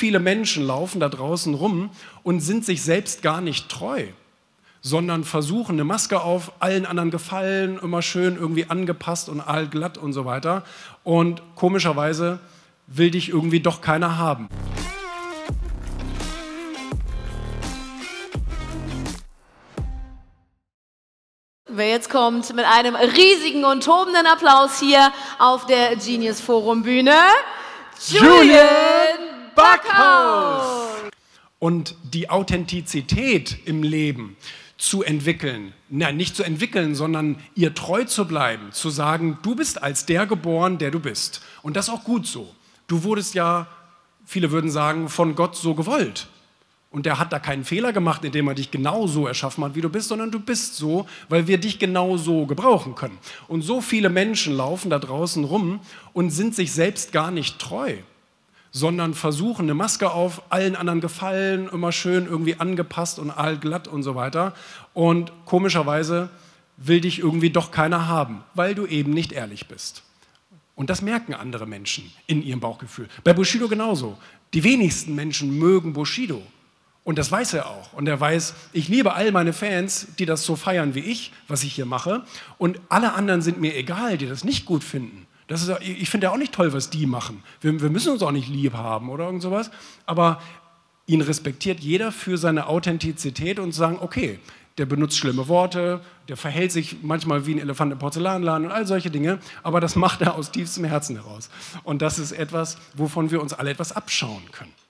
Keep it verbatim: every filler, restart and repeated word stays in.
viele Menschen laufen da draußen rum und sind sich selbst gar nicht treu, sondern versuchen eine Maske auf, allen anderen gefallen, immer schön irgendwie angepasst und allglatt und so weiter. Und komischerweise will dich irgendwie doch keiner haben. Wer jetzt kommt mit einem riesigen und tobenden Applaus hier auf der Genius Forum Bühne, Julian Backhaus! Und die Authentizität im Leben zu entwickeln, nein, nicht zu entwickeln, sondern ihr treu zu bleiben, zu sagen, du bist als der geboren, der du bist. Und das ist auch gut so. Du wurdest ja, viele würden sagen, von Gott so gewollt. Und der hat da keinen Fehler gemacht, indem er dich genau so erschaffen hat, wie du bist, sondern du bist so, weil wir dich genau so gebrauchen können. Und so viele Menschen laufen da draußen rum und sind sich selbst gar nicht treu, sondern versuchen eine Maske auf, allen anderen gefallen, immer schön irgendwie angepasst und allglatt und so weiter. Und komischerweise will dich irgendwie doch keiner haben, weil du eben nicht ehrlich bist. Und das merken andere Menschen in ihrem Bauchgefühl. Bei Bushido genauso. Die wenigsten Menschen mögen Bushido. Und das weiß er auch. Und er weiß, ich liebe all meine Fans, die das so feiern wie ich, was ich hier mache. Und alle anderen sind mir egal, die das nicht gut finden. Das ist, ich finde ja auch nicht toll, was die machen. Wir, wir müssen uns auch nicht lieb haben oder irgend sowas. Aber ihn respektiert jeder für seine Authentizität und sagen, okay, der benutzt schlimme Worte, der verhält sich manchmal wie ein Elefant im Porzellanladen und all solche Dinge. Aber das macht er aus tiefstem Herzen heraus. Und das ist etwas, wovon wir uns alle etwas abschauen können.